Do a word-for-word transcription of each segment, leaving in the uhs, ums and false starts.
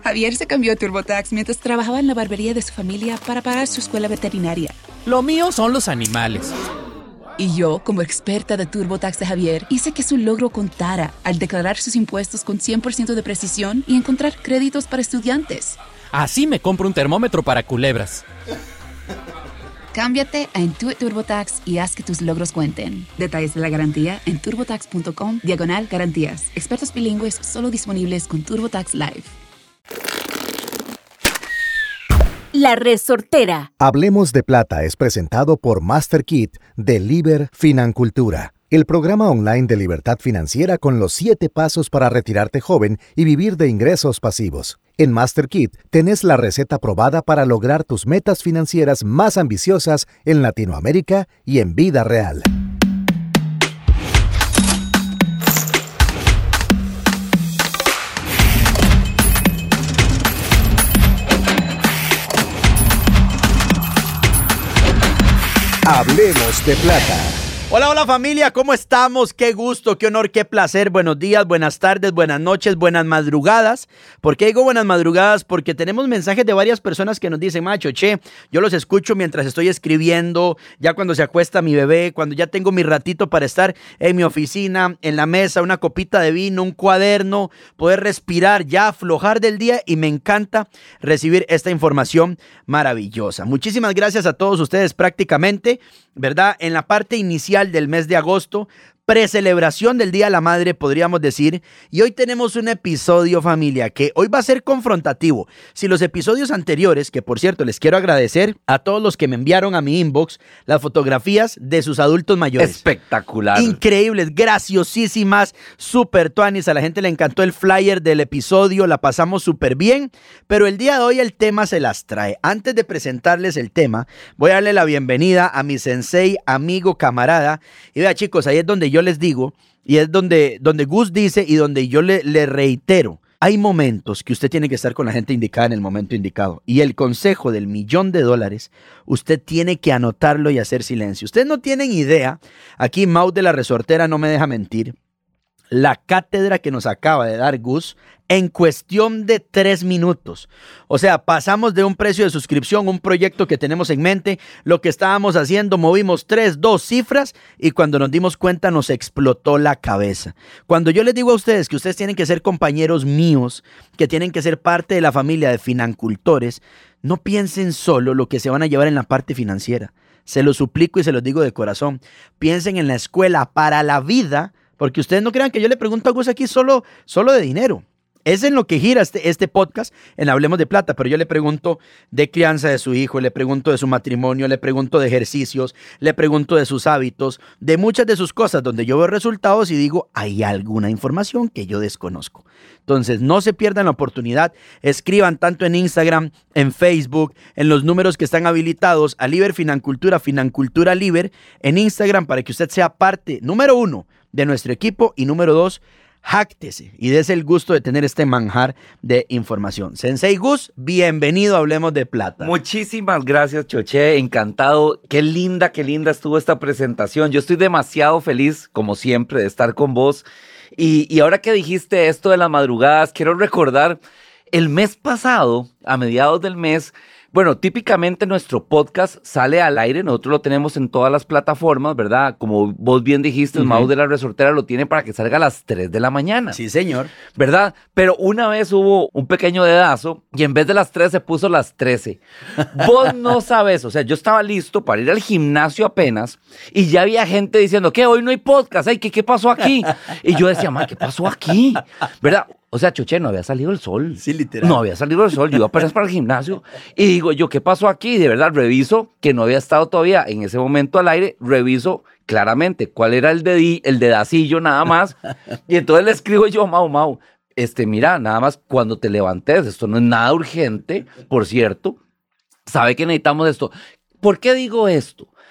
Javier se cambió a TurboTax mientras trabajaba en la barbería de su familia para pagar su escuela veterinaria. Lo mío son los animales. Y yo, como experta de TurboTax de Javier, hice que su logro contara al declarar sus impuestos con cien por ciento de precisión y encontrar créditos para estudiantes. Así me compro un termómetro para culebras. Cámbiate a Intuit TurboTax y haz que tus logros cuenten. Detalles de la garantía en turbotax.com diagonal garantías. Expertos bilingües solo disponibles con TurboTax Live. La Resortera. Hablemos de Plata es presentado por MasterKit de Liber Financultura, el programa online de libertad financiera con los siete pasos para retirarte joven y vivir de ingresos pasivos. En MasterKit tenés la receta probada para lograr tus metas financieras más ambiciosas en Latinoamérica y en vida real. Hablemos de Plata. Hola, hola familia, ¿cómo estamos? Qué gusto, qué honor, qué placer. Buenos días, buenas tardes, buenas noches, buenas madrugadas. ¿Por qué digo buenas madrugadas? Porque tenemos mensajes de varias personas que nos dicen, macho, che, yo los escucho mientras estoy escribiendo, ya cuando se acuesta mi bebé, cuando ya tengo mi ratito para estar en mi oficina, en la mesa, una copita de vino, un cuaderno, poder respirar, ya aflojar del día, y me encanta recibir esta información maravillosa. Muchísimas gracias a todos ustedes prácticamente, ¿verdad? En la parte inicial del mes de agosto, precelebración del Día de la Madre, podríamos decir, y hoy tenemos un episodio, familia, que hoy va a ser confrontativo. Si los episodios anteriores, que por cierto les quiero agradecer a todos los que me enviaron a mi inbox las fotografías de sus adultos mayores. Espectacular. Increíbles, graciosísimas, súper tuanis, a la gente le encantó el flyer del episodio, la pasamos súper bien, pero el día de hoy el tema se las trae. Antes de presentarles el tema, voy a darle la bienvenida a mi sensei, amigo, camarada, y vea chicos, ahí es donde yo yo les digo, y es donde, donde Gus dice y donde yo le, le reitero, hay momentos que usted tiene que estar con la gente indicada en el momento indicado, y el consejo del millón de dólares, usted tiene que anotarlo y hacer silencio. Ustedes no tienen idea, aquí Mau de la Resortera no me deja mentir, la cátedra que nos acaba de dar Gus en cuestión de tres minutos. O sea, pasamos de un precio de suscripción, un proyecto que tenemos en mente, lo que estábamos haciendo, movimos tres, dos cifras y cuando nos dimos cuenta nos explotó la cabeza. Cuando yo les digo a ustedes que ustedes tienen que ser compañeros míos, que tienen que ser parte de la familia de Financultores, no piensen solo lo que se van a llevar en la parte financiera. Se lo suplico y se los digo de corazón. Piensen en la escuela para la vida, porque ustedes no crean que yo le pregunto a Gus aquí solo, solo de dinero. Es en lo que gira este, este podcast, en Hablemos de Plata, pero yo le pregunto de crianza de su hijo, le pregunto de su matrimonio, le pregunto de ejercicios, le pregunto de sus hábitos, de muchas de sus cosas donde yo veo resultados y digo, hay alguna información que yo desconozco. Entonces, no se pierdan la oportunidad, escriban tanto en Instagram, en Facebook, en los números que están habilitados a Liber Financultura, Financultura Liber, en Instagram para que usted sea parte, número uno, de nuestro equipo y número dos, jáctese y dése el gusto de tener este manjar de información. Sensei Gus, bienvenido a Hablemos de Plata. Muchísimas gracias, Choché, encantado. Qué linda, qué linda estuvo esta presentación. Yo estoy demasiado feliz, como siempre, de estar con vos. Y, y ahora que dijiste esto de las madrugadas, quiero recordar el mes pasado, a mediados del mes, bueno, típicamente nuestro podcast sale al aire, nosotros lo tenemos en todas las plataformas, ¿verdad? Como vos bien dijiste, uh-huh. Mau de la Resortera lo tiene para que salga a las tres de la mañana. Sí, señor. ¿Verdad? Pero una vez hubo un pequeño dedazo y en vez de las tres se puso las trece. Vos no sabes, o sea, yo estaba listo para ir al gimnasio apenas y ya había gente diciendo que hoy no hay podcast, ay, ¿qué, qué pasó aquí? Y yo decía, ma, ¿qué pasó aquí? ¿Verdad? O sea, Choché, no había salido el sol. Sí, literal. No había salido el sol, yo iba apenas para el gimnasio y digo yo, ¿qué pasó aquí? Y de verdad, reviso que no había estado todavía en ese momento al aire, reviso claramente cuál era el, dedi, el dedacillo nada más y entonces le escribo yo, Mau, Mau, este, mira, nada más cuando te levantes, esto no es nada urgente, por cierto, sabe que necesitamos esto. ¿Por qué digo esto?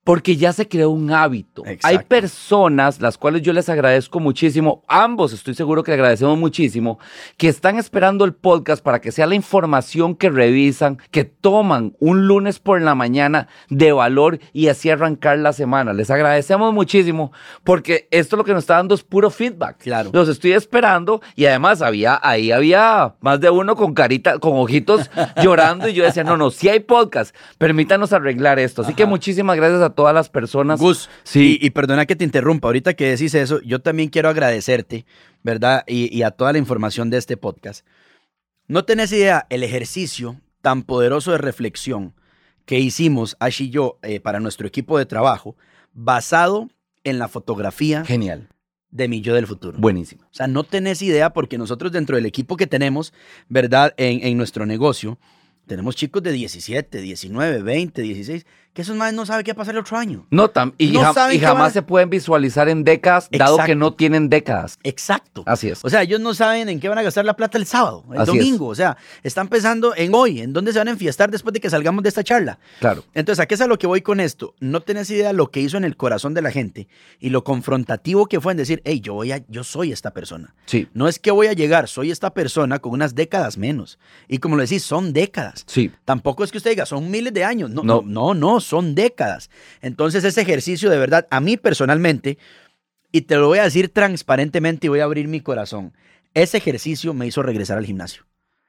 Porque ya se creó un hábito. Exacto. Hay personas, las cuales yo les agradezco muchísimo, ambos estoy seguro que le agradecemos muchísimo, que están esperando el podcast para que sea la información que revisan, que toman un lunes por la mañana de valor y así arrancar la semana. Les agradecemos muchísimo porque esto lo que nos está dando es puro feedback. Claro. Los estoy esperando y además había, ahí había más de uno con carita, con ojitos llorando y yo decía, no, no, si hay podcast, permítanos arreglar esto. Así Ajá. que muchísimas gracias a todas las personas. Gus, sí. y, y perdona que te interrumpa, ahorita que decís eso, yo también quiero agradecerte, ¿verdad? Y, y a toda la información de este podcast. No tenés idea el ejercicio tan poderoso de reflexión que hicimos, Ash y yo, eh, para nuestro equipo de trabajo, basado en la fotografía Genial. de mi yo del futuro. Buenísimo. O sea, no tenés idea porque nosotros dentro del equipo que tenemos, ¿verdad? En, en nuestro negocio, tenemos chicos de diecisiete, diecinueve, veinte, dieciséis, que esos más no saben qué va a pasar el otro año. No, tam y, No jam saben y qué jamás van a- se pueden visualizar en décadas, dado Exacto. que no tienen décadas. Exacto. Así es. O sea, ellos no saben en qué van a gastar la plata el sábado, el Así domingo. O sea, están pensando en hoy, en dónde se van a enfiestar después de que salgamos de esta charla. Claro. Entonces, ¿a qué es a lo que voy con esto? No tenés idea lo que hizo en el corazón de la gente y lo confrontativo que fue en decir, hey, yo, voy a, yo soy esta persona. Sí. No es que voy a llegar, soy esta persona con unas décadas menos. Y como lo decís, son décadas. Sí. Tampoco es que usted diga, son miles de años. No, No. no, no, no, son décadas. Entonces ese ejercicio de verdad, a mí personalmente, y te lo voy a decir transparentemente y voy a abrir mi corazón, ese ejercicio me hizo regresar al gimnasio.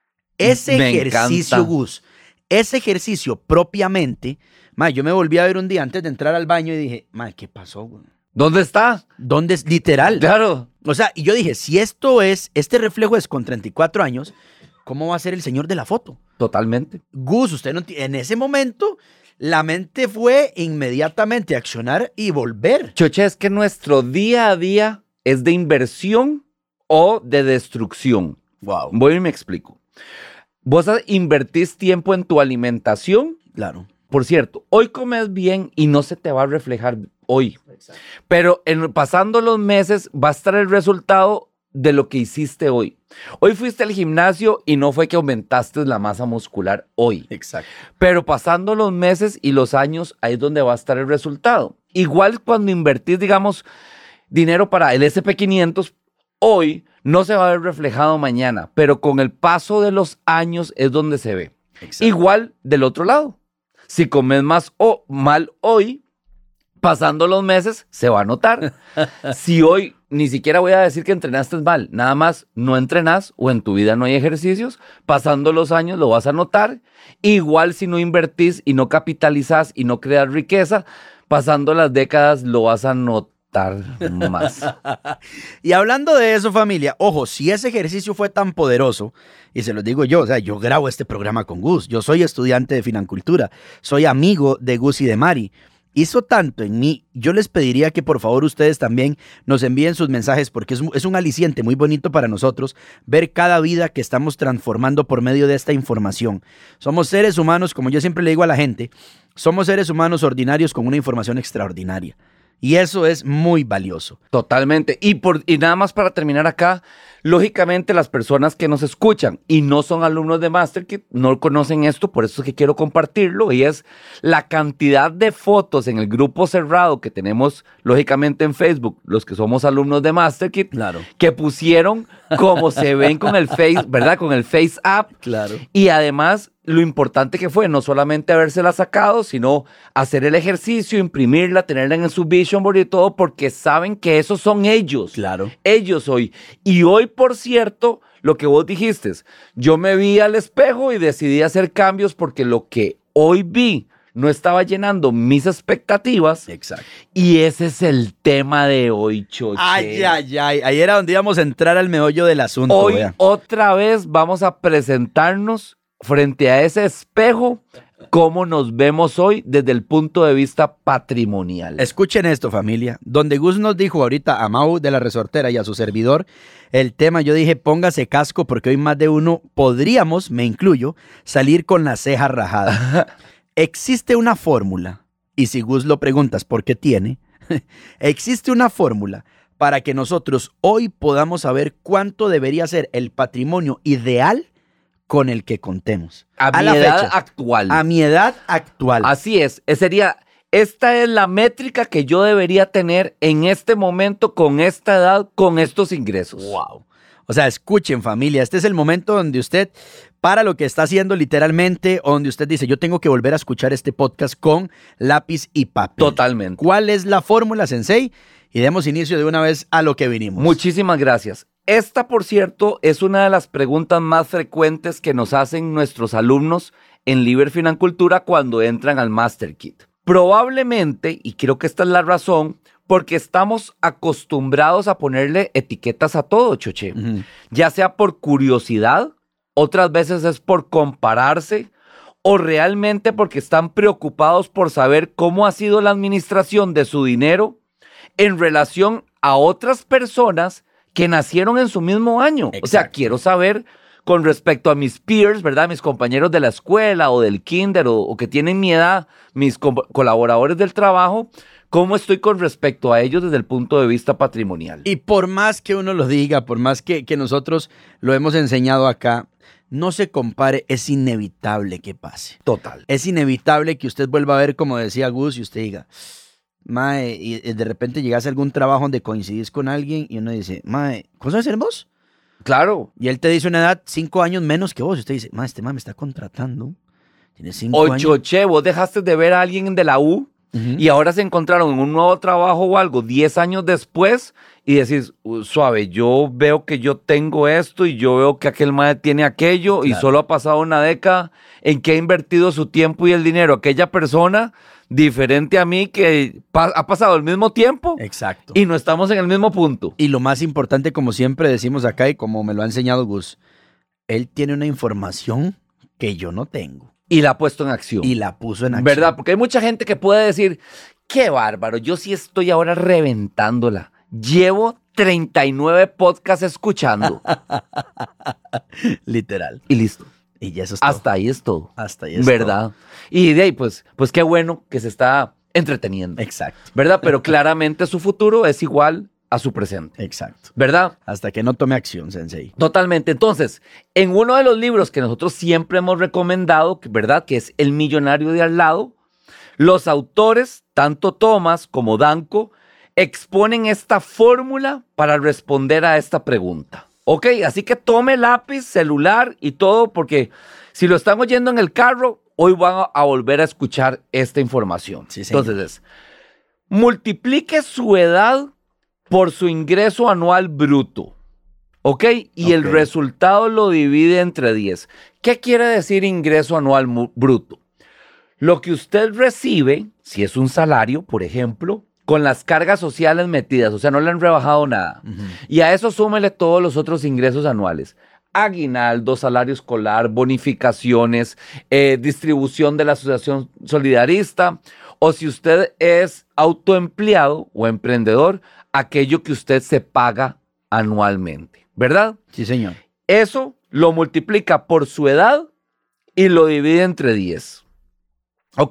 Ese Me ejercicio, encanta. Gus, ese ejercicio propiamente, ma, yo me volví a ver un día antes de entrar al baño y dije, ma, ¿qué pasó, güey? ¿Dónde está? ¿Dónde es literal? Claro. O sea, y yo dije, si esto es, este reflejo es con treinta y cuatro años, ¿cómo va a ser el señor de la foto? Totalmente. Gus, usted no enti- en ese momento la mente fue inmediatamente a accionar y volver. Choche, es que nuestro día a día es de inversión o de destrucción. Wow. Voy y me explico. Vos invertís tiempo en tu alimentación. Claro. Por cierto, hoy comes bien y no se te va a reflejar hoy. Pero en, pasando los meses va a estar el resultado de lo que hiciste hoy. Hoy fuiste al gimnasio y no fue que aumentaste la masa muscular hoy. Exacto. Pero pasando los meses y los años, ahí es donde va a estar el resultado. Igual cuando invertís, digamos, dinero para el ese and pe quinientos, hoy no se va a ver reflejado mañana, pero con el paso de los años es donde se ve. Exacto. Igual del otro lado. Si comes más o mal hoy, pasando los meses, se va a notar. Si hoy, ni siquiera voy a decir que entrenaste mal, nada más no entrenas o en tu vida no hay ejercicios, pasando los años lo vas a notar. Igual si no invertís y no capitalizás y no creas riqueza, pasando las décadas lo vas a notar más. Y hablando de eso, familia, ojo, si ese ejercicio fue tan poderoso, y se los digo yo, o sea, yo grabo este programa con Gus, yo soy estudiante de Financultura, soy amigo de Gus y de Mari, hizo tanto en mí, yo les pediría que por favor ustedes también nos envíen sus mensajes porque es, es un aliciente muy bonito para nosotros ver cada vida que estamos transformando por medio de esta información. Somos seres humanos, como yo siempre le digo a la gente, somos seres humanos ordinarios con una información extraordinaria. Y eso es muy valioso. Totalmente. Y, por, y nada más para terminar acá, lógicamente las personas que nos escuchan y no son alumnos de MasterKit no conocen esto, por eso es que quiero compartirlo, y es la cantidad de fotos en el grupo cerrado que tenemos, lógicamente en Facebook, los que somos alumnos de MasterKit, Claro. que pusieron como se ven con el Face, ¿verdad? Con el Face App. Claro. Y además, lo importante que fue no solamente habérsela sacado, sino hacer el ejercicio, imprimirla, tenerla en su vision board y todo, porque saben que esos son ellos. Claro. Ellos hoy. Y hoy, por cierto, lo que vos dijiste, yo me vi al espejo y decidí hacer cambios porque lo que hoy vi no estaba llenando mis expectativas. Exacto. Y ese es el tema de hoy, Choche. Ay, ay, ay. Ahí era donde íbamos a entrar al meollo del asunto. Hoy vea. otra vez vamos a presentarnos frente a ese espejo cómo nos vemos hoy desde el punto de vista patrimonial. Escuchen esto, familia. Donde Gus nos dijo ahorita a Mau de la Resortera y a su servidor el tema, yo dije, póngase casco porque hoy más de uno podríamos, me incluyo, salir con la ceja rajada. Existe una fórmula, y si Gus lo preguntas por qué tiene, existe una fórmula para que nosotros hoy podamos saber cuánto debería ser el patrimonio ideal con el que contemos. a, mi la edad fecha. actual. A mi edad actual. Así es, ese sería esta es la métrica que yo debería tener en este momento, con esta edad, con estos ingresos. Wow. O sea, escuchen, familia, este es el momento donde usted para lo que está haciendo literalmente, donde usted dice, yo tengo que volver a escuchar este podcast con lápiz y papel. Totalmente. ¿Cuál es la fórmula, Sensei? Y demos inicio de una vez a lo que vinimos. Muchísimas gracias. Esta, por cierto, es una de las preguntas más frecuentes que nos hacen nuestros alumnos en Liber Financultura cuando entran al Master Kit. Probablemente, y creo que esta es la razón, porque estamos acostumbrados a ponerle etiquetas a todo, Choche. Uh-huh. Ya sea por curiosidad, otras veces es por compararse, o realmente porque están preocupados por saber cómo ha sido la administración de su dinero en relación a otras personas que nacieron en su mismo año. Exacto. O sea, quiero saber con respecto a mis peers, ¿verdad? Mis compañeros de la escuela o del kinder o, o que tienen mi edad, mis co- colaboradores del trabajo, ¿cómo estoy con respecto a ellos desde el punto de vista patrimonial? Y por más que uno lo diga, por más que, que nosotros lo hemos enseñado acá, no se compare, es inevitable que pase. Total. Es inevitable que usted vuelva a ver, como decía Gus, y usted diga, mae, y de repente llegas a algún trabajo donde coincidís con alguien y uno dice, mae, ¿cómo sabes ser vos? Claro. Y él te dice una edad cinco años menos que vos. Y usted dice, mae, este mae me está contratando. Tiene cinco o años. Choche, vos dejaste de ver a alguien de la U uh-huh. y ahora se encontraron en un nuevo trabajo o algo diez años después y decís, suave, yo veo que yo tengo esto y yo veo que aquel mae tiene aquello claro. y solo ha pasado una década en que ha invertido su tiempo y el dinero aquella persona diferente a mí que pa- ha pasado el mismo tiempo. Exacto. Y no estamos en el mismo punto. Y lo más importante, como siempre decimos acá y como me lo ha enseñado Gus, él tiene una información que yo no tengo. Y la ha puesto en acción. Y la puso en acción. ¿Verdad? Porque hay mucha gente que puede decir, qué bárbaro, yo sí estoy ahora reventándola. Llevo treinta y nueve podcasts escuchando. Literal. Y listo. Y ya eso es todo. Hasta ahí es todo. Hasta ahí es ¿verdad? todo. Y de ahí, pues, pues qué bueno que se está entreteniendo. Exacto. ¿Verdad? Pero claramente su futuro es igual a su presente. Exacto. ¿Verdad? Hasta que no tome acción, Sensei. Totalmente. Entonces, en uno de los libros que nosotros siempre hemos recomendado, ¿verdad? Que es El millonario de al lado, los autores, tanto Thomas como Danko, exponen esta fórmula para responder a esta pregunta. Ok, así que tome lápiz, celular y todo, porque si lo están oyendo en el carro, hoy van a volver a escuchar esta información. Sí, señor. Entonces, multiplique su edad por su ingreso anual bruto. ¿Ok? Y okay. el resultado lo divide entre diez. ¿Qué quiere decir ingreso anual bruto? Lo que usted recibe, si es un salario, por ejemplo, con las cargas sociales metidas, o sea, no le han rebajado nada. Uh-huh. Y a eso súmele todos los otros ingresos anuales. Aguinaldo, salario escolar, bonificaciones, eh, distribución de la asociación solidarista, o si usted es autoempleado o emprendedor, aquello que usted se paga anualmente, ¿verdad? Sí, señor. Eso lo multiplica por su edad y lo divide entre diez. ¿Ok?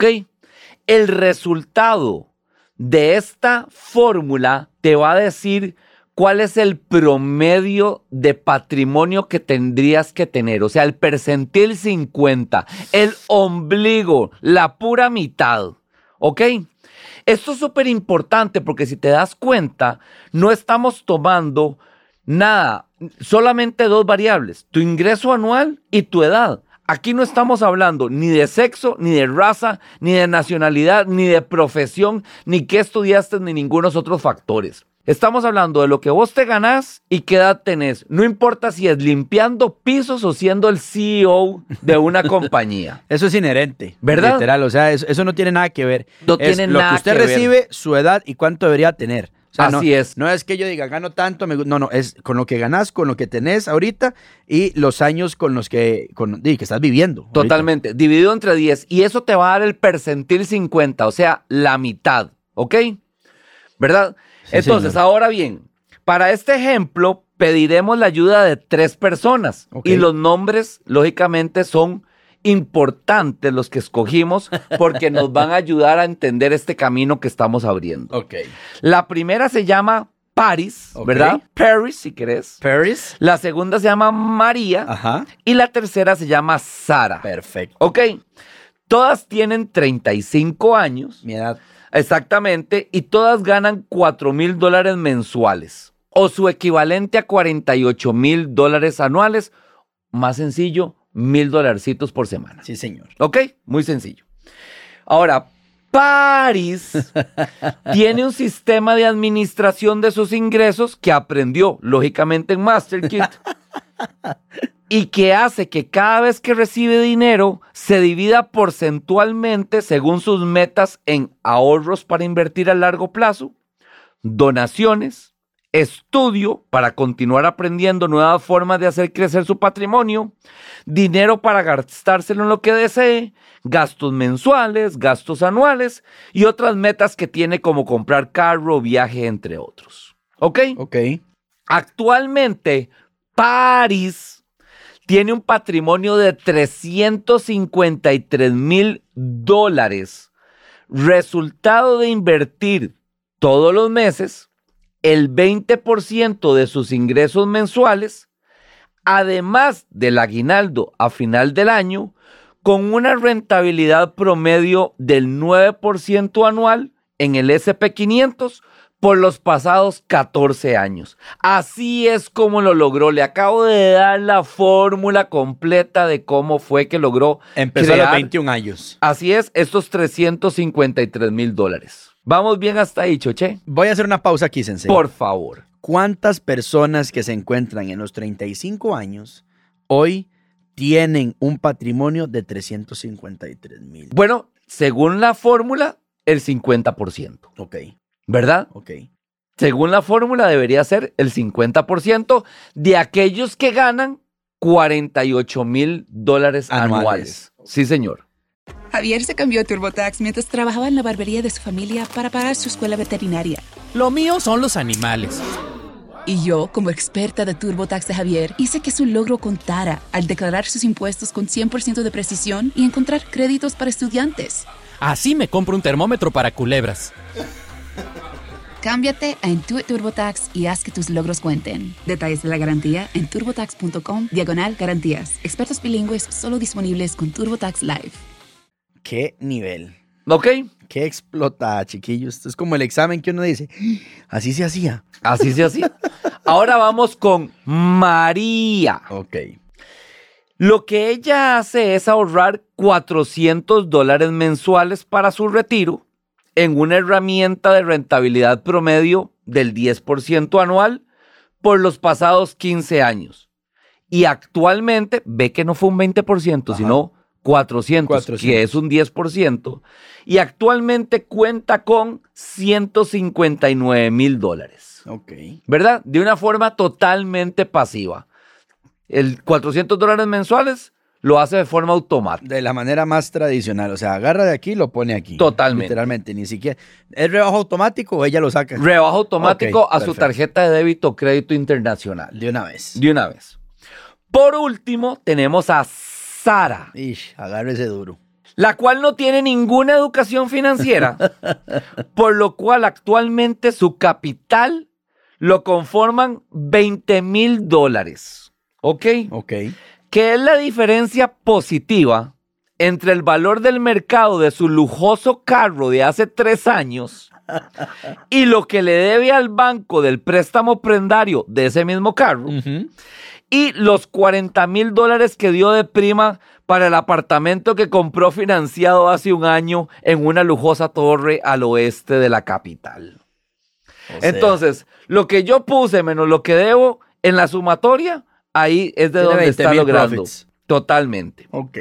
El resultado de esta fórmula te va a decir cuál es el promedio de patrimonio que tendrías que tener. O sea, el percentil cincuenta, el ombligo, la pura mitad. ¿Ok? Esto es súper importante porque si te das cuenta, no estamos tomando nada, solamente dos variables, tu ingreso anual y tu edad. Aquí no estamos hablando ni de sexo, ni de raza, ni de nacionalidad, ni de profesión, ni qué estudiaste, ni ningunos otros factores. Estamos hablando de lo que vos te ganás y qué edad tenés. No importa si es limpiando pisos o siendo el C E O de una compañía. Eso es inherente. ¿Verdad? Literal, o sea, eso, eso no tiene nada que ver. No es tiene lo nada que usted que recibe, ver. Su edad y cuánto debería tener. O sea, Así no, es. No es que yo diga, gano tanto, me, no, no, es con lo que ganás, con lo que tenés ahorita y los años con los que, con, que estás viviendo. Totalmente, ahorita. Dividido entre diez. Y eso te va a dar el percentil cincuenta, o sea, la mitad, ¿ok? ¿Verdad? Sí, Entonces, señor. Ahora bien, para este ejemplo, pediremos la ayuda de tres personas. Okay. Y los nombres, lógicamente, son importantes los que escogimos porque nos van a ayudar a entender este camino que estamos abriendo. Ok. La primera se llama Paris, Okay. ¿verdad? Paris, si querés. Paris. La segunda se llama María. Ajá. Y la tercera se llama Sara. Perfecto. Ok. Todas tienen treinta y cinco años. Mi edad. Exactamente. Y todas ganan cuatro mil dólares mensuales. O su equivalente a cuarenta y ocho mil dólares anuales. Más sencillo, mil dolarcitos por semana. Sí, señor. ¿Ok? Muy sencillo. Ahora, Paris tiene un sistema de administración de sus ingresos que aprendió, lógicamente, en MasterKit y que hace que cada vez que recibe dinero se divida porcentualmente según sus metas en ahorros para invertir a largo plazo, donaciones, estudio para continuar aprendiendo nuevas formas de hacer crecer su patrimonio, dinero para gastárselo en lo que desee, gastos mensuales, gastos anuales y otras metas que tiene como comprar carro, viaje, entre otros. ¿Ok? Ok. Actualmente, Paris tiene un patrimonio de trescientos cincuenta y tres mil dólares, resultado de invertir todos los meses el veinte por ciento de sus ingresos mensuales, además del aguinaldo a final del año, con una rentabilidad promedio del nueve por ciento anual en el ese pe quinientos por los pasados catorce años. Así es como lo logró. Le acabo de dar la fórmula completa de cómo fue que logró Empezó crear, a los veintiún años. Así es, estos trescientos cincuenta y tres mil dólares. ¿Vamos bien hasta ahí, Choche? Voy a hacer una pausa aquí, Sensei. Por favor. ¿Cuántas personas que se encuentran en los treinta y cinco años hoy tienen un patrimonio de trescientos cincuenta y tres mil? Bueno, según la fórmula, el cincuenta por ciento. Ok, ¿Verdad? ok. Según la fórmula, debería ser el cincuenta por ciento de aquellos que ganan cuarenta y ocho mil dólares anuales. Anuales. Sí, señor. Javier se cambió a TurboTax mientras trabajaba en la barbería de su familia para pagar su escuela veterinaria. Lo mío son los animales. Y yo, como experta de TurboTax de Javier, hice que su logro contara al declarar sus impuestos con cien por ciento de precisión y encontrar créditos para estudiantes. Así me compro un termómetro para culebras. Cámbiate a Intuit TurboTax y haz que tus logros cuenten. Detalles de la garantía en turbotax.com diagonal garantías. Expertos bilingües solo disponibles con TurboTax Live. ¿Qué nivel? ¿Ok? ¿Qué explota, chiquillos? Esto es como el examen que uno dice, así se hacía. Así se hacía. Ahora vamos con María. Ok. Lo que ella hace es ahorrar cuatrocientos dólares mensuales para su retiro en una herramienta de rentabilidad promedio del diez por ciento anual por los pasados quince años. Y actualmente ve que no fue un veinte por ciento, Ajá. sino cuatrocientos, cuatrocientos, que es un diez por ciento. Y actualmente cuenta con ciento cincuenta y nueve mil dólares. Ok. ¿Verdad? De una forma totalmente pasiva. El cuatrocientos dólares mensuales lo hace de forma automática. De la manera más tradicional. O sea, agarra de aquí y lo pone aquí. Totalmente. Literalmente. Ni siquiera. ¿Es rebajo automático o ella lo saca? Rebajo automático Ok, a su perfecto. tarjeta de débito o crédito internacional. De una vez. De una vez. Por último, tenemos a Sara, Ish, agárrese duro. la cual no tiene ninguna educación financiera, por lo cual actualmente su capital lo conforman veinte mil dólares. ¿Ok? Ok. Que es la diferencia positiva entre el valor del mercado de su lujoso carro de hace tres años y lo que le debe al banco del préstamo prendario de ese mismo carro Ujú. y los cuarenta mil dólares que dio de prima para el apartamento que compró financiado hace un año en una lujosa torre al oeste de la capital. O sea, Entonces, lo que yo puse menos lo que debo en la sumatoria, ahí es de tiene donde veinte está mil logrando. profits. Totalmente. Ok.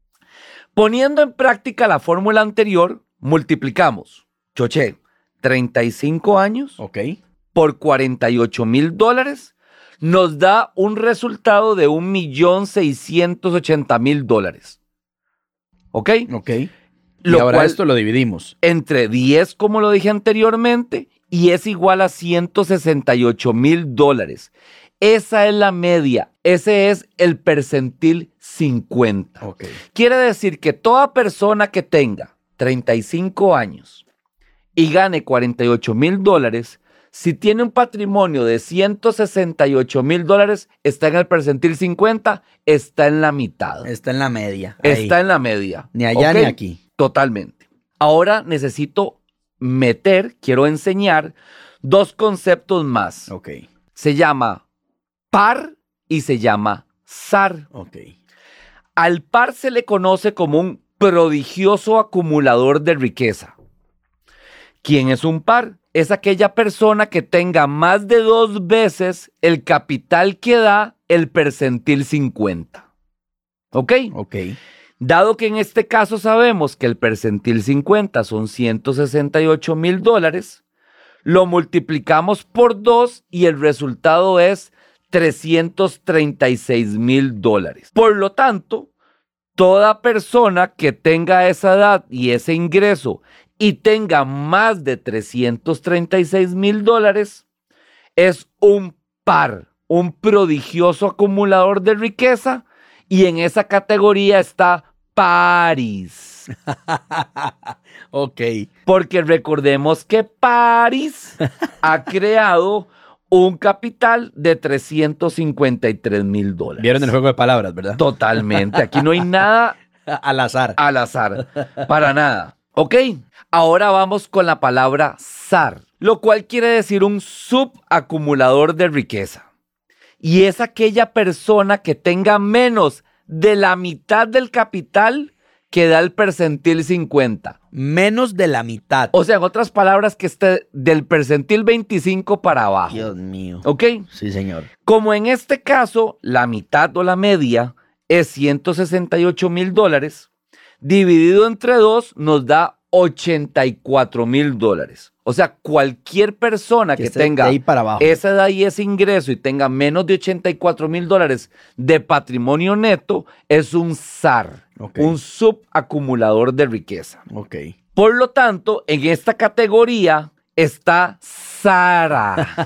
Poniendo en práctica la fórmula anterior, multiplicamos, choché, treinta y cinco años Ok. por cuarenta y ocho mil dólares, nos da un resultado de un millón seiscientos ochenta mil dólares. ¿Ok? Ok. Y Lo ahora cual esto lo dividimos. entre diez, como lo dije anteriormente, y es igual a ciento sesenta y ocho mil dólares. Esa es la media. Ese es el percentil cincuenta. Ok. Quiere decir que toda persona que tenga treinta y cinco años y gane cuarenta y ocho mil dólares Si tiene un patrimonio de ciento sesenta y ocho mil dólares, está en el percentil cincuenta, está en la mitad. Está en la media. Ahí. Está en la media. Ni allá ¿Ok? ni aquí. Totalmente. Ahora necesito meter, quiero enseñar dos conceptos más. Ok. Se llama par y se llama zar. Ok. Al par se le conoce como un prodigioso acumulador de riqueza. ¿Quién es un par? Es aquella persona que tenga más de dos veces el capital que da el percentil cincuenta. ¿Ok? Ok. Dado que en este caso sabemos que el percentil cincuenta son ciento sesenta y ocho mil dólares, lo multiplicamos por dos y el resultado es trescientos treinta y seis mil dólares. Por lo tanto, toda persona que tenga esa edad y ese ingreso y tenga más de trescientos treinta y seis mil dólares es un par, un prodigioso acumulador de riqueza, y en esa categoría está Paris. Ok. Porque recordemos que Paris ha creado un capital de trescientos cincuenta y tres mil dólares. Vieron el juego de palabras, ¿verdad? Totalmente. Aquí no hay nada Al azar. al azar. Para nada. Ok. Ahora vamos con la palabra zar, lo cual quiere decir un subacumulador de riqueza. Y es aquella persona que tenga menos de la mitad del capital que da el percentil cincuenta. Menos de la mitad. O sea, en otras palabras, que esté del percentil veinticinco para abajo. Dios mío. ¿Ok? Sí, señor. Como en este caso, la mitad o la media es ciento sesenta y ocho mil dólares, dividido entre dos nos da ochenta y cuatro mil dólares. O sea, cualquier persona que, Que esté tenga de ahí para abajo. esa edad y ese ingreso y tenga menos de ochenta y cuatro mil dólares de patrimonio neto es un zar, Ok. un subacumulador de riqueza. Ok. Por lo tanto, en esta categoría está Sara,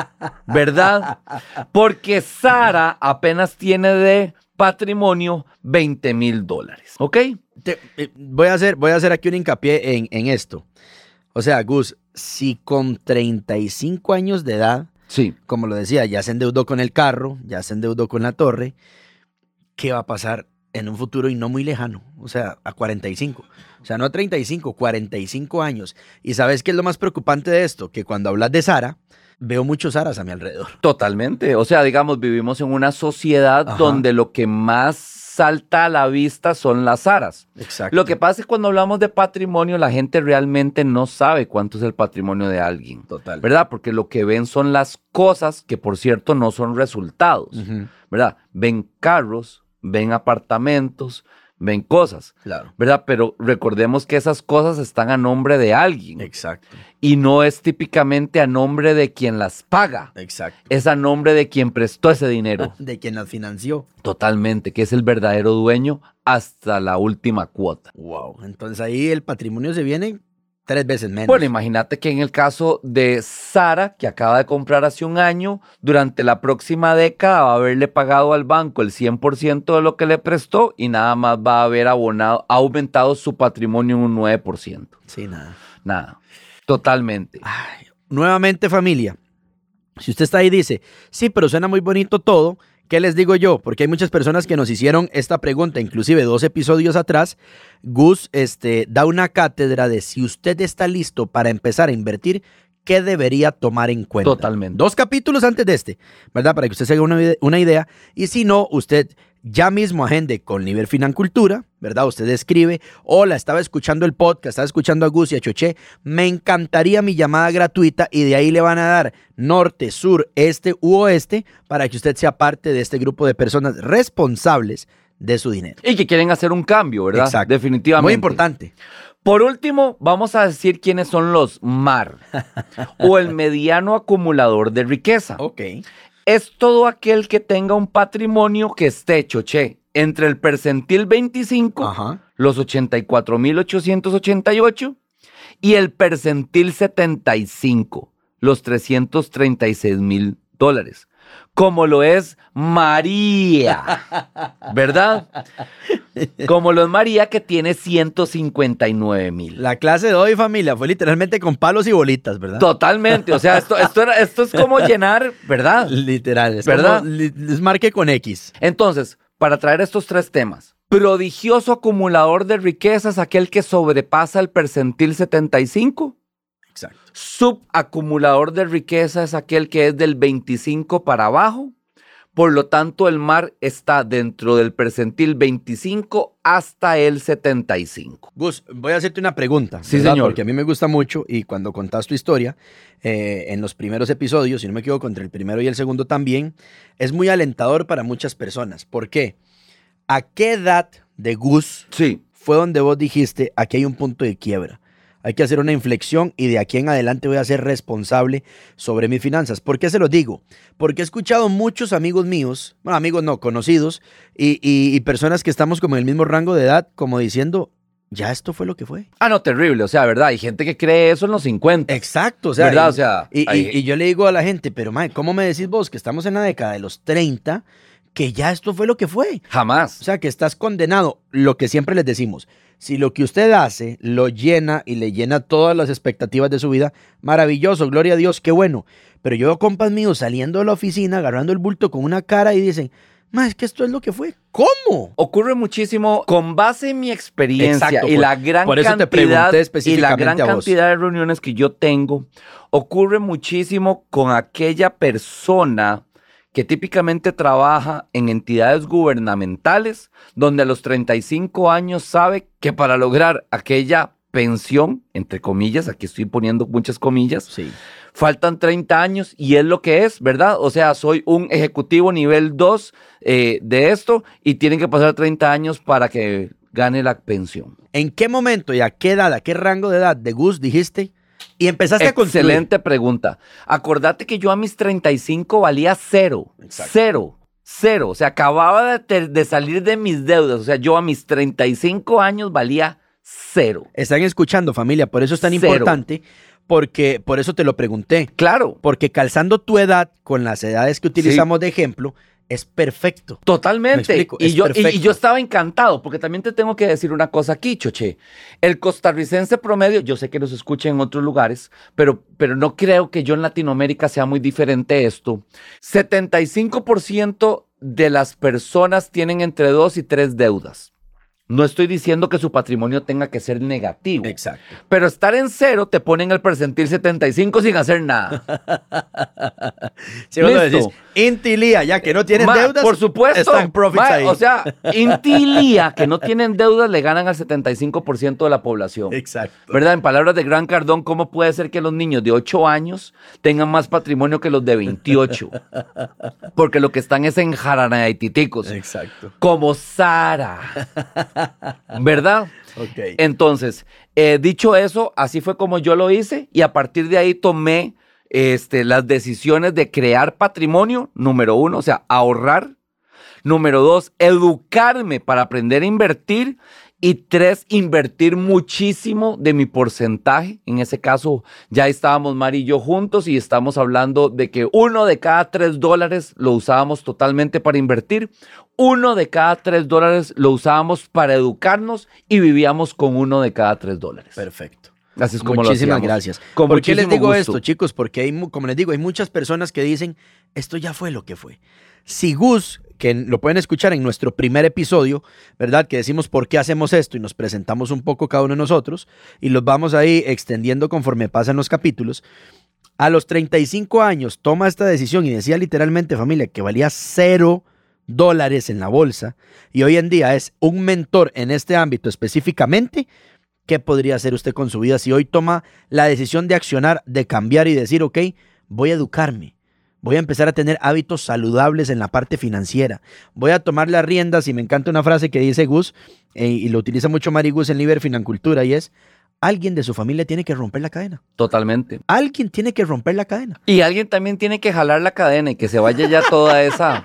¿verdad? Porque Sara apenas tiene de patrimonio veinte mil dólares, ¿ok? Te- eh, voy, a hacer, voy a hacer aquí un hincapié en, en esto. O sea, Gus, si con treinta y cinco años de edad, Sí. como lo decía, ya se endeudó con el carro, ya se endeudó con la torre, ¿qué va a pasar en un futuro y no muy lejano? O sea, a cuarenta y cinco. O sea, no a treinta y cinco, cuarenta y cinco años. ¿Y sabes qué es lo más preocupante de esto? Que cuando hablas de Sara, veo muchos Saras a mi alrededor. Totalmente. O sea, digamos, vivimos en una sociedad Ajá. donde lo que más salta a la vista son las Saras. Exacto. Lo que pasa es que cuando hablamos de patrimonio, la gente realmente no sabe cuánto es el patrimonio de alguien. Total. ¿Verdad? Porque lo que ven son las cosas que, por cierto, no son resultados. Ujú. ¿Verdad? Ven carros, ven apartamentos, ven cosas. Claro. ¿Verdad? Pero recordemos que esas cosas están a nombre de alguien. Exacto. Y no es típicamente a nombre de quien las paga. Exacto. Es a nombre de quien prestó ese dinero. De quien las financió. Totalmente, que es el verdadero dueño hasta la última cuota. Wow. Entonces ahí el patrimonio se viene tres veces menos. Bueno, imagínate que en el caso de Sara, que acaba de comprar hace un año, durante la próxima década va a haberle pagado al banco el cien por ciento de lo que le prestó y nada más va a haber abonado, ha aumentado su patrimonio en un nueve por ciento. Sí, nada. Nada, totalmente. Ay, nuevamente, familia, si usted está ahí y dice, sí, pero suena muy bonito todo, ¿qué les digo yo? Porque hay muchas personas que nos hicieron esta pregunta, inclusive dos episodios atrás. Gus este, da una cátedra de si usted está listo para empezar a invertir, ¿qué debería tomar en cuenta? Totalmente. Dos capítulos antes de este, ¿verdad? Para que usted se haga una, ide- una idea. Y si no, usted ya mismo agende con Nivel Financultura, ¿verdad? Usted escribe, hola, estaba escuchando el podcast, estaba escuchando a Gus y a Choché, me encantaría mi llamada gratuita, y de ahí le van a dar norte, sur, este u oeste para que usted sea parte de este grupo de personas responsables de su dinero. Y que quieren hacer un cambio, ¿verdad? Exacto. Definitivamente. Muy importante. Por último, vamos a decir quiénes son los M A R o el mediano acumulador de riqueza. Ok. Es todo aquel que tenga un patrimonio que esté, Choché, entre el percentil veinticinco, Ajá. los ochenta y cuatro mil ochocientos ochenta y ocho, y el percentil setenta y cinco, los trescientos treinta y seis mil dólares. Como lo es María, ¿verdad? Como los María, que tiene ciento cincuenta y nueve mil. La clase de hoy, familia, fue literalmente con palos y bolitas, ¿verdad? Totalmente. O sea, esto, esto, era, esto es como llenar, ¿verdad? Literal. Es ¿verdad? Como, es marque con X. Entonces, para traer estos tres temas. Prodigioso acumulador de riquezas, aquel que sobrepasa el percentil setenta y cinco. Exacto. Subacumulador de riqueza es aquel que es del veinticinco para abajo. Por lo tanto, el mar está dentro del percentil veinticinco hasta el setenta y cinco. Gus, voy a hacerte una pregunta. Sí, ¿verdad? señor. Porque a mí me gusta mucho y cuando contás tu historia, eh, en los primeros episodios, si no me equivoco, entre el primero y el segundo también, es muy alentador para muchas personas. ¿Por qué? ¿A qué edad de Gus Sí. fue donde vos dijiste, aquí hay un punto de quiebra? Hay que hacer una inflexión y de aquí en adelante voy a ser responsable sobre mis finanzas. ¿Por qué se lo digo? Porque he escuchado muchos amigos míos, bueno, amigos no, conocidos, y, y, y personas que estamos como en el mismo rango de edad, como diciendo, ya esto fue lo que fue. Ah, no, terrible. O sea, ¿verdad? Hay gente que cree eso en los cincuenta. Exacto. O sea, ¿verdad? Y, O sea, y, hay- y- y yo le digo a la gente, pero mae, ¿cómo me decís vos que estamos en la década de los treinta, que ya esto fue lo que fue? Jamás. O sea, que estás condenado. Lo que siempre les decimos, si lo que usted hace lo llena y le llena todas las expectativas de su vida, maravilloso, gloria a Dios, qué bueno. Pero yo veo compas míos saliendo de la oficina, agarrando el bulto con una cara y dicen, ma, es que esto es lo que fue. ¿Cómo? Ocurre muchísimo con base en mi experiencia. Exacto, y por- la gran por eso te cantidad pregunté y la específicamente gran a vos. cantidad de reuniones que yo tengo, ocurre muchísimo con aquella persona que típicamente trabaja en entidades gubernamentales, donde a los treinta y cinco años sabe que para lograr aquella pensión, entre comillas, aquí estoy poniendo muchas comillas, Sí. faltan treinta años y es lo que es, ¿verdad? O sea, soy un ejecutivo nivel dos eh, de esto y tienen que pasar treinta años para que gane la pensión. ¿En qué momento y a qué edad, a qué rango de edad de Gus dijiste y empezaste a construir? Excelente pregunta. Acordate que yo a mis treinta y cinco valía cero. Exacto. Cero. Cero. O sea, acababa de, te- de salir de mis deudas. O sea, yo a mis treinta y cinco años valía cero. Están escuchando, familia, por eso es tan Cero. importante, porque por eso te lo pregunté. Claro. Porque calzando tu edad con las edades que utilizamos de ejemplo, es perfecto. Me Totalmente. explico, Y es yo, y- y, perfecto. yo estaba encantado, porque también te tengo que decir una cosa aquí, Choche. El costarricense promedio, yo sé que nos escucha en otros lugares, pero, pero no creo que yo en Latinoamérica sea muy diferente esto. setenta y cinco por ciento de las personas tienen entre dos y tres deudas. No estoy diciendo que su patrimonio tenga que ser negativo. Exacto. Pero estar en cero te pone en el percentil setenta y cinco sin hacer nada. Si vos lo Listo. decís, Inti Lía, ya que no tienes Ma, deudas, por supuesto. están profits Ma, ahí. O sea, Inti y Lía, que no tienen deudas, le ganan al setenta y cinco por ciento de la población. Exacto. ¿Verdad? En palabras de Gran Cardón, ¿cómo puede ser que los niños de ocho años tengan más patrimonio que los de veintiocho? Porque lo que están es en jaranaititicos. Exacto. Como Sara. ¿Verdad? Ok. Entonces, eh, dicho eso, así fue como yo lo hice y a partir de ahí tomé este, las decisiones de crear patrimonio, número uno, o sea, ahorrar. Número dos, educarme para aprender a invertir. Y tres, invertir muchísimo de mi porcentaje. En ese caso, ya estábamos Mari y yo juntos y estamos hablando de que uno de cada tres dólares lo usábamos totalmente para invertir. Uno de cada tres dólares lo usábamos para educarnos y vivíamos con uno de cada tres dólares. Perfecto. Así es como Muchísimas lo hacíamos. gracias. Con ¿Por qué les muchísimo digo gusto. esto, chicos? Porque hay, mu- como les digo, hay muchas personas que dicen, esto ya fue lo que fue. Si Gus, que lo pueden escuchar en nuestro primer episodio, ¿verdad? Que decimos por qué hacemos esto y nos presentamos un poco cada uno de nosotros y los vamos ahí extendiendo conforme pasan los capítulos. A los treinta y cinco años toma esta decisión y decía literalmente, familia, que valía cero dólares en la bolsa y hoy en día es un mentor en este ámbito específicamente. ¿Qué podría hacer usted con su vida si hoy toma la decisión de accionar, de cambiar y decir, ok, voy a educarme, voy a empezar a tener hábitos saludables en la parte financiera, voy a tomar las riendas? Y me encanta una frase que dice Gus, eh, y lo utiliza mucho Mari Gus en Liber Financultura, y es, alguien de su familia tiene que romper la cadena. Totalmente. Alguien tiene que romper la cadena. Y alguien también tiene que jalar la cadena y que se vaya ya toda esa...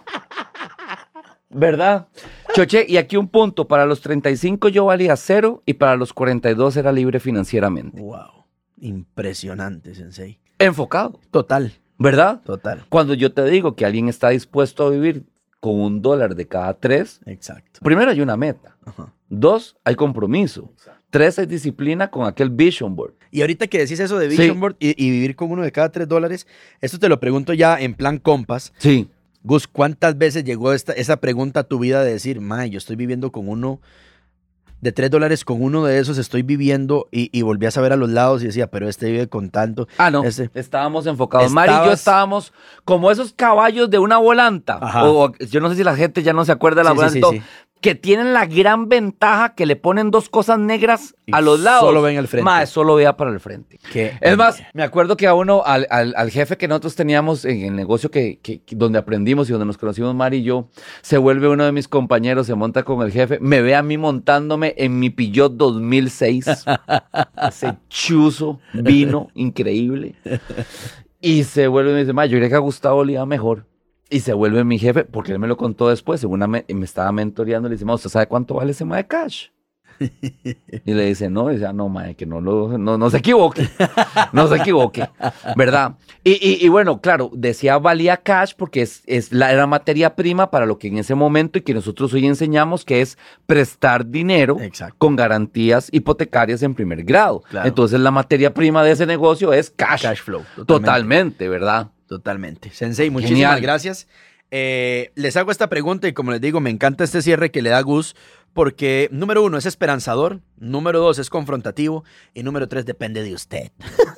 ¿Verdad? Choche, y aquí un punto. Para los treinta y cinco yo valía cero y para los cuarenta y dos era libre financieramente. Wow, impresionante, Sensei. Enfocado, Total, ¿verdad? total. Cuando yo te digo que alguien está dispuesto a vivir con un dólar de cada tres. Exacto. Primero hay una meta. Ajá. Dos, hay compromiso. Exacto. Tres, hay disciplina con aquel vision board. Y ahorita que decís eso de vision Sí. board y, y vivir con uno de cada tres dólares, esto te lo pregunto ya en plan compas. Sí. Gus, ¿cuántas veces llegó esta, esa pregunta a tu vida de decir, mae, yo estoy viviendo con uno de tres dólares, con uno de esos estoy viviendo, y, y volví a saber a los lados y decía, pero este vive con tanto. Ah, no, Este- estábamos enfocados. Estabas- Mari y yo estábamos como esos caballos de una volanta. Ajá. O, yo no sé si la gente ya no se acuerda de la Sí, sí, volanta. sí, y todo, sí. Que tienen la gran ventaja que le ponen dos cosas negras Y a los lados. solo ven al frente. Mae, solo vea para el frente. ¿Qué? Es más, me acuerdo que a uno, al, al, al jefe que nosotros teníamos en el negocio que, que, que- donde aprendimos y donde nos conocimos Mari y yo, se vuelve uno de mis compañeros, se monta con el jefe, me ve a mí montándome en mi Peugeot dos mil seis, ese chuzo vino increíble, y se vuelve y me dice, ma, yo creo que a Gustavo le iba mejor. Y se vuelve mi jefe, porque él me lo contó después, según me, me estaba mentoreando, le dice, ma, ¿usted sabe cuánto vale ese ma de cash? Y le dice, no, y dice, ah, no, mae, que no, lo, no, no se equivoque, no se equivoque, ¿verdad? Y, y, y bueno, claro, decía valía cash porque es, es la, era materia prima para lo que en ese momento y que nosotros hoy enseñamos, que es prestar dinero Exacto. con garantías hipotecarias en primer grado. Claro. Entonces la materia prima de ese negocio es cash. Cash flow. Totalmente. Totalmente, ¿verdad? Totalmente. Sensei, muchísimas Genial. gracias. Eh, les hago esta pregunta y como les digo, me encanta este cierre que le da Gus porque, número uno, es esperanzador, número dos, es confrontativo y número tres, depende de usted.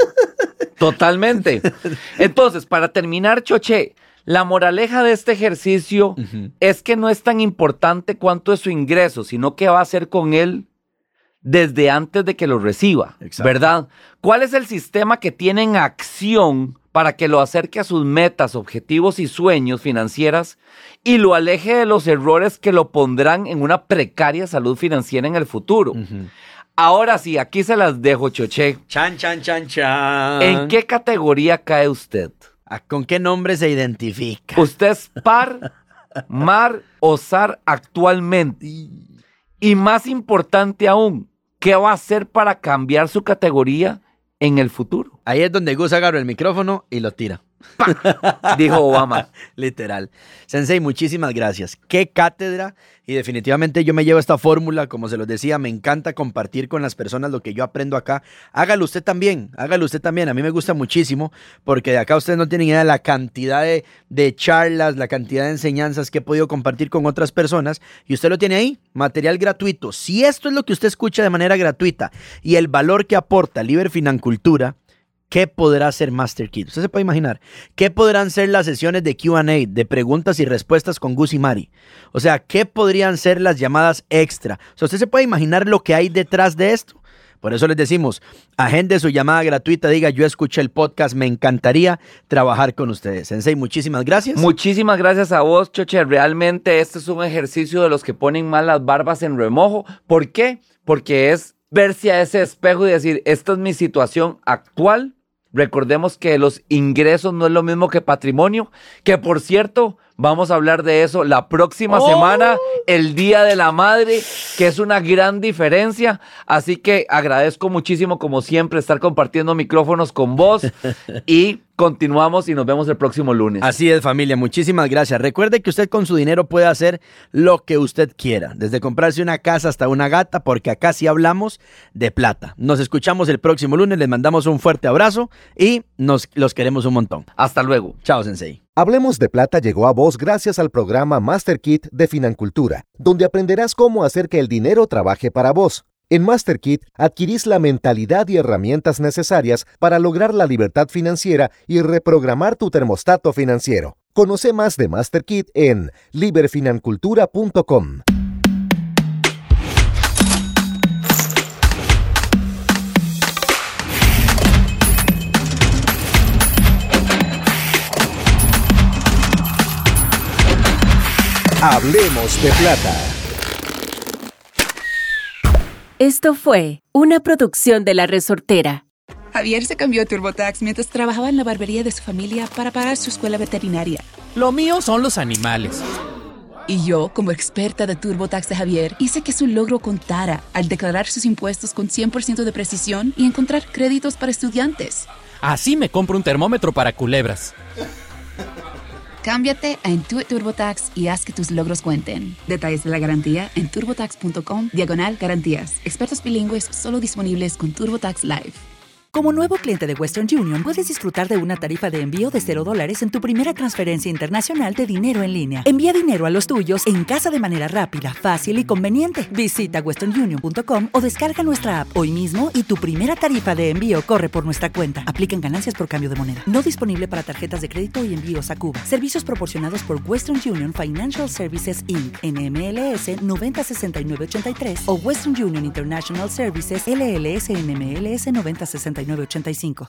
Totalmente. Entonces, para terminar, Choche, la moraleja de este ejercicio Ujú. es que no es tan importante cuánto es su ingreso, sino qué va a hacer con él desde antes de que lo reciba, Exacto. ¿verdad? ¿Cuál es el sistema que tiene en acción para que lo acerque a sus metas, objetivos y sueños financieras y lo aleje de los errores que lo pondrán en una precaria salud financiera en el futuro? Ujú. Ahora sí, aquí se las dejo, Choche. Chan, chan, chan, chan. ¿En qué categoría cae usted? ¿A ¿Con qué nombre se identifica? ¿Usted es par, mar o zar actualmente? Y más importante aún, ¿qué va a hacer para cambiar su categoría en el futuro? Ahí es donde Gus agarra el micrófono y lo tira. Dijo Obama. Literal. Sensei, muchísimas gracias. Qué cátedra. Y definitivamente yo me llevo esta fórmula, como se los decía, me encanta compartir con las personas lo que yo aprendo acá. Hágalo usted también, hágalo usted también. A mí me gusta muchísimo porque de acá ustedes no tienen idea de la cantidad de, de charlas, la cantidad de enseñanzas que he podido compartir con otras personas. Y usted lo tiene ahí, material gratuito. Si esto es lo que usted escucha de manera gratuita y el valor que aporta Liber Financultura, ¿qué podrá hacer Master Kid? Usted se puede imaginar. ¿Qué podrán ser las sesiones de Q and A, de preguntas y respuestas con Gus y Mari? O sea, ¿qué podrían ser las llamadas extra? O sea, usted se puede imaginar lo que hay detrás de esto. Por eso les decimos, agende su llamada gratuita, diga, yo escuché el podcast, me encantaría trabajar con ustedes. Sensei, muchísimas gracias. Muchísimas gracias a vos, Choche. Realmente este es un ejercicio de los que ponen mal las barbas en remojo. ¿Por qué? Porque es verse a ese espejo y decir, esta es mi situación actual. Recordemos que los ingresos no es lo mismo que patrimonio, que por cierto, vamos a hablar de eso la próxima Oh. semana, el Día de la Madre, que es una gran diferencia. Así que agradezco muchísimo, como siempre, estar compartiendo micrófonos con vos y continuamos y nos vemos el próximo lunes. Así es, familia, muchísimas gracias. Recuerde que usted con su dinero puede hacer lo que usted quiera, desde comprarse una casa hasta una gata, porque acá sí hablamos de plata. Nos escuchamos el próximo lunes, les mandamos un fuerte abrazo y nos los queremos un montón. Hasta luego. Chao, Sensei. Hablemos de Plata llegó a vos gracias al programa Master Kit de Financultura, donde aprenderás cómo hacer que el dinero trabaje para vos. En Master Kit adquirís la mentalidad y herramientas necesarias para lograr la libertad financiera y reprogramar tu termostato financiero. Conoce más de Master Kit en liber financultura punto com. Hablemos de Plata. Esto fue una producción de La Resortera. Javier se cambió a TurboTax mientras trabajaba en la barbería de su familia para pagar su escuela veterinaria. Lo mío son los animales. Y yo, como experta de TurboTax de Javier, hice que su logro contara al declarar sus impuestos con cien por ciento de precisión y encontrar créditos para estudiantes. Así me compro un termómetro para culebras. Cámbiate a Intuit TurboTax y haz que tus logros cuenten. Detalles de la garantía en turbotax.com diagonal garantías. Expertos bilingües solo disponibles con TurboTax Live. Como nuevo cliente de Western Union, puedes disfrutar de una tarifa de envío de cero dólares en tu primera transferencia internacional de dinero en línea. Envía dinero a los tuyos en casa de manera rápida, fácil y conveniente. Visita western union punto com o descarga nuestra app hoy mismo y tu primera tarifa de envío corre por nuestra cuenta. Aplican ganancias por cambio de moneda. No disponible para tarjetas de crédito y envíos a Cuba. Servicios proporcionados por Western Union Financial Services incorporated. N M L S noventa sesenta y nueve ochenta y tres o Western Union International Services L L S N M L S noventa sesenta y nueve ochenta y cinco.